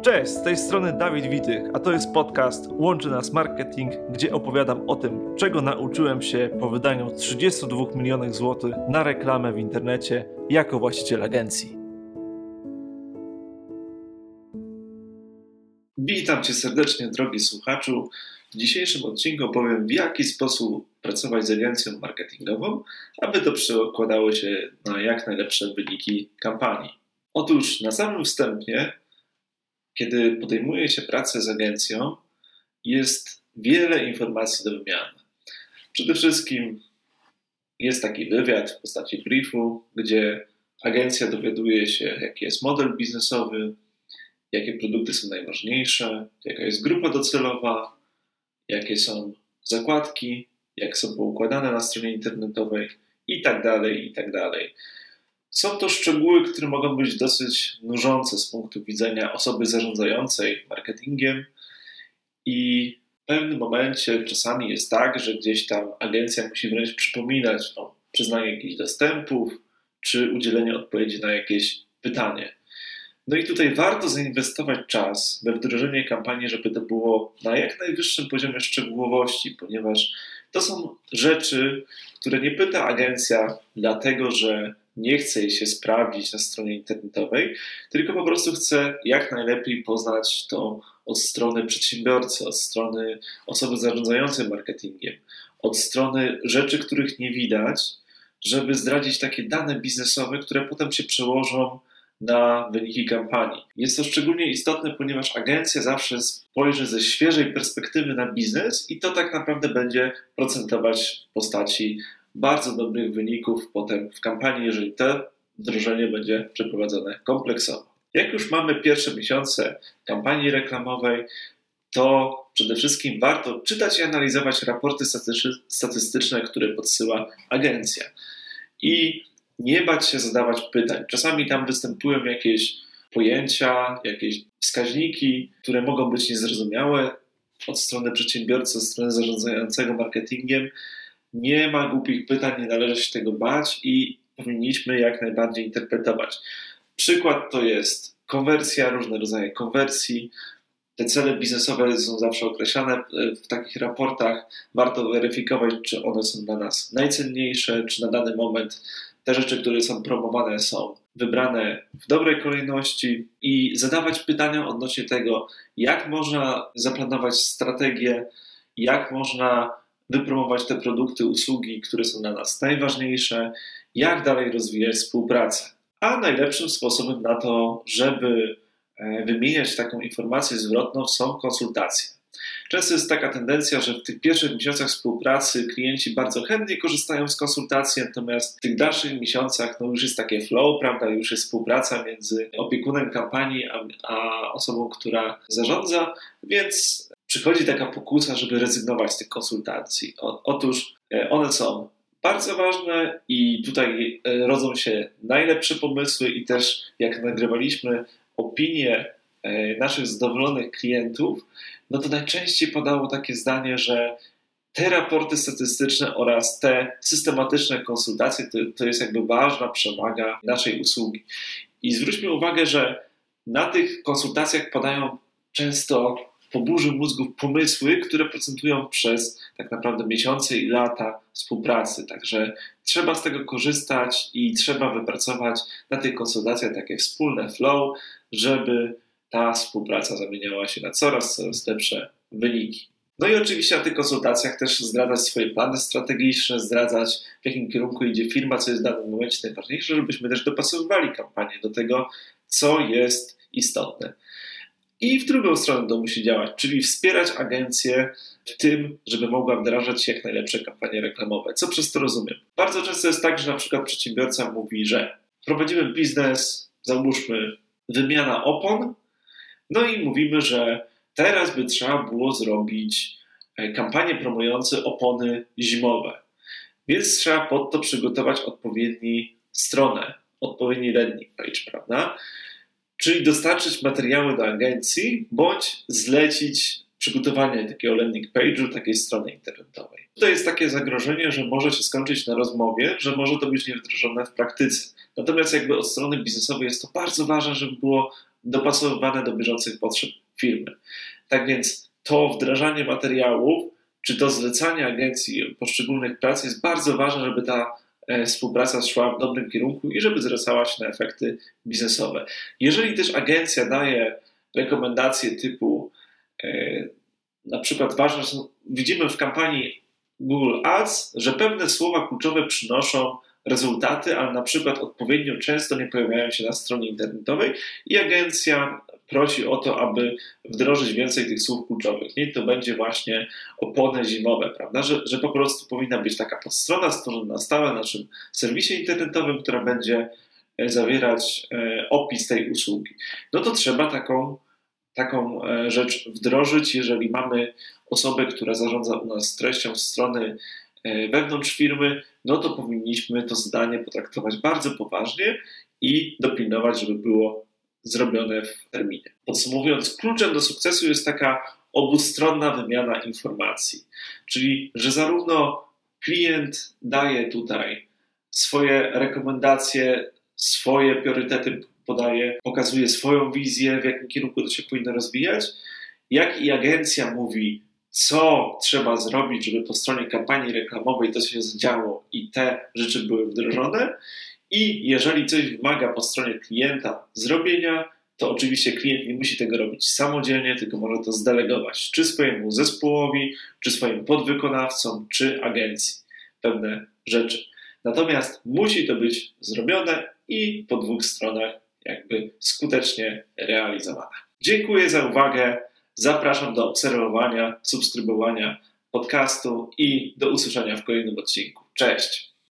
Cześć, z tej strony Dawid Witych, a to jest podcast Łączy Nas Marketing, gdzie opowiadam o tym, czego nauczyłem się po wydaniu 32 milionów złotych na reklamę w internecie jako właściciel agencji. Witam Cię serdecznie, drogi słuchaczu. W dzisiejszym odcinku opowiem, w jaki sposób pracować z agencją marketingową, aby to przekładało się na jak najlepsze wyniki kampanii. Otóż na samym wstępie, kiedy podejmuje się pracę z agencją, jest wiele informacji do wymiany. Przede wszystkim jest taki wywiad w postaci briefu, gdzie agencja dowiaduje się, jaki jest model biznesowy, jakie produkty są najważniejsze, jaka jest grupa docelowa, jakie są zakładki, jak są poukładane na stronie internetowej itd. Są to szczegóły, które mogą być dosyć nużące z punktu widzenia osoby zarządzającej marketingiem i w pewnym momencie czasami jest tak, że gdzieś tam agencja musi wręcz przypominać o przyznaniu jakichś dostępów czy udzieleniu odpowiedzi na jakieś pytanie. No i tutaj warto zainwestować czas we wdrożenie kampanii, żeby to było na jak najwyższym poziomie szczegółowości, ponieważ to są rzeczy, które nie pyta agencja dlatego, że nie chce jej się sprawdzić na stronie internetowej, tylko po prostu chce jak najlepiej poznać to od strony przedsiębiorcy, od strony osoby zarządzającej marketingiem, od strony rzeczy, których nie widać, żeby zdradzić takie dane biznesowe, które potem się przełożą na wyniki kampanii. Jest to szczególnie istotne, ponieważ agencja zawsze spojrzy ze świeżej perspektywy na biznes i to tak naprawdę będzie procentować w postaci bardzo dobrych wyników potem w kampanii, jeżeli to wdrożenie będzie przeprowadzone kompleksowo. Jak już mamy pierwsze miesiące kampanii reklamowej, to przede wszystkim warto czytać i analizować raporty statystyczne, które podsyła agencja. I nie bać się zadawać pytań. Czasami tam występują jakieś pojęcia, jakieś wskaźniki, które mogą być niezrozumiałe od strony przedsiębiorcy, od strony zarządzającego marketingiem. Nie ma głupich pytań, nie należy się tego bać i powinniśmy jak najbardziej interpretować. Przykład to jest konwersja, różne rodzaje konwersji. Te cele biznesowe są zawsze określane w takich raportach. Warto weryfikować, czy one są dla nas najcenniejsze, czy na dany moment te rzeczy, które są promowane, są wybrane w dobrej kolejności i zadawać pytania odnośnie tego, jak można zaplanować strategię, jak można wypromować te produkty, usługi, które są dla nas najważniejsze, jak dalej rozwijać współpracę. A najlepszym sposobem na to, żeby wymieniać taką informację zwrotną, są konsultacje. Często jest taka tendencja, że w tych pierwszych miesiącach współpracy klienci bardzo chętnie korzystają z konsultacji, natomiast w tych dalszych miesiącach już jest takie flow, prawda, już jest współpraca między opiekunem kampanii a osobą, która zarządza, więc przychodzi taka pokusa, żeby rezygnować z tych konsultacji. Otóż one są bardzo ważne i tutaj rodzą się najlepsze pomysły i też jak nagrywaliśmy opinie naszych zadowolonych klientów, no to najczęściej padało takie zdanie, że te raporty statystyczne oraz te systematyczne konsultacje to jest jakby ważna przewaga naszej usługi. I zwróćmy uwagę, że na tych konsultacjach padają często po burzy mózgów pomysły, które procentują przez tak naprawdę miesiące i lata współpracy. Także trzeba z tego korzystać i trzeba wypracować na tych konsultacjach takie wspólne flow, żeby ta współpraca zamieniała się na coraz lepsze wyniki. No i oczywiście na tych konsultacjach też zdradzać swoje plany strategiczne, zdradzać w jakim kierunku idzie firma, co jest w danym momencie najważniejsze, żebyśmy też dopasowywali kampanię do tego, co jest istotne. I w drugą stronę to musi działać, czyli wspierać agencję w tym, żeby mogła wdrażać jak najlepsze kampanie reklamowe. Co przez to rozumiem? Bardzo często jest tak, że na przykład przedsiębiorca mówi, że prowadzimy biznes, załóżmy wymiana opon, no i mówimy, że teraz by trzeba było zrobić kampanię promującą opony zimowe. Więc trzeba pod to przygotować odpowiednią stronę, odpowiedni landing page, prawda? Czyli dostarczyć materiały do agencji, bądź zlecić przygotowanie takiego landing page'u, takiej strony internetowej. Tutaj jest takie zagrożenie, że może się skończyć na rozmowie, że może to być niewdrożone w praktyce. Natomiast jakby od strony biznesowej jest to bardzo ważne, żeby było dopasowywane do bieżących potrzeb firmy. Tak więc to wdrażanie materiałów, czy to zlecanie agencji poszczególnych prac jest bardzo ważne, żeby ta współpraca szła w dobrym kierunku i żeby zwracała się na efekty biznesowe. Jeżeli też agencja daje rekomendacje typu na przykład ważne są, widzimy w kampanii Google Ads, że pewne słowa kluczowe przynoszą rezultaty, ale na przykład odpowiednio często nie pojawiają się na stronie internetowej i agencja prosi o to, aby wdrożyć więcej tych słów kluczowych. Niech to będzie właśnie opony zimowe, prawda? Że po prostu powinna być taka podstrona stworzona na stałe na naszym serwisie internetowym, która będzie zawierać opis tej usługi. No to trzeba taką rzecz wdrożyć, jeżeli mamy osobę, która zarządza u nas treścią strony wewnątrz firmy, no to powinniśmy to zadanie potraktować bardzo poważnie i dopilnować, żeby było zrobione w terminie. Podsumowując, kluczem do sukcesu jest taka obustronna wymiana informacji, czyli że zarówno klient daje tutaj swoje rekomendacje, swoje priorytety podaje, pokazuje swoją wizję, w jakim kierunku to się powinno rozwijać, jak i agencja mówi, co trzeba zrobić, żeby po stronie kampanii reklamowej to się zadziało i te rzeczy były wdrożone. I jeżeli coś wymaga po stronie klienta zrobienia, to oczywiście klient nie musi tego robić samodzielnie, tylko może to zdelegować czy swojemu zespołowi, czy swoim podwykonawcom, czy agencji pewne rzeczy. Natomiast musi to być zrobione i po dwóch stronach jakby skutecznie realizowane. Dziękuję za uwagę. Zapraszam do obserwowania, subskrybowania podcastu i do usłyszenia w kolejnym odcinku. Cześć!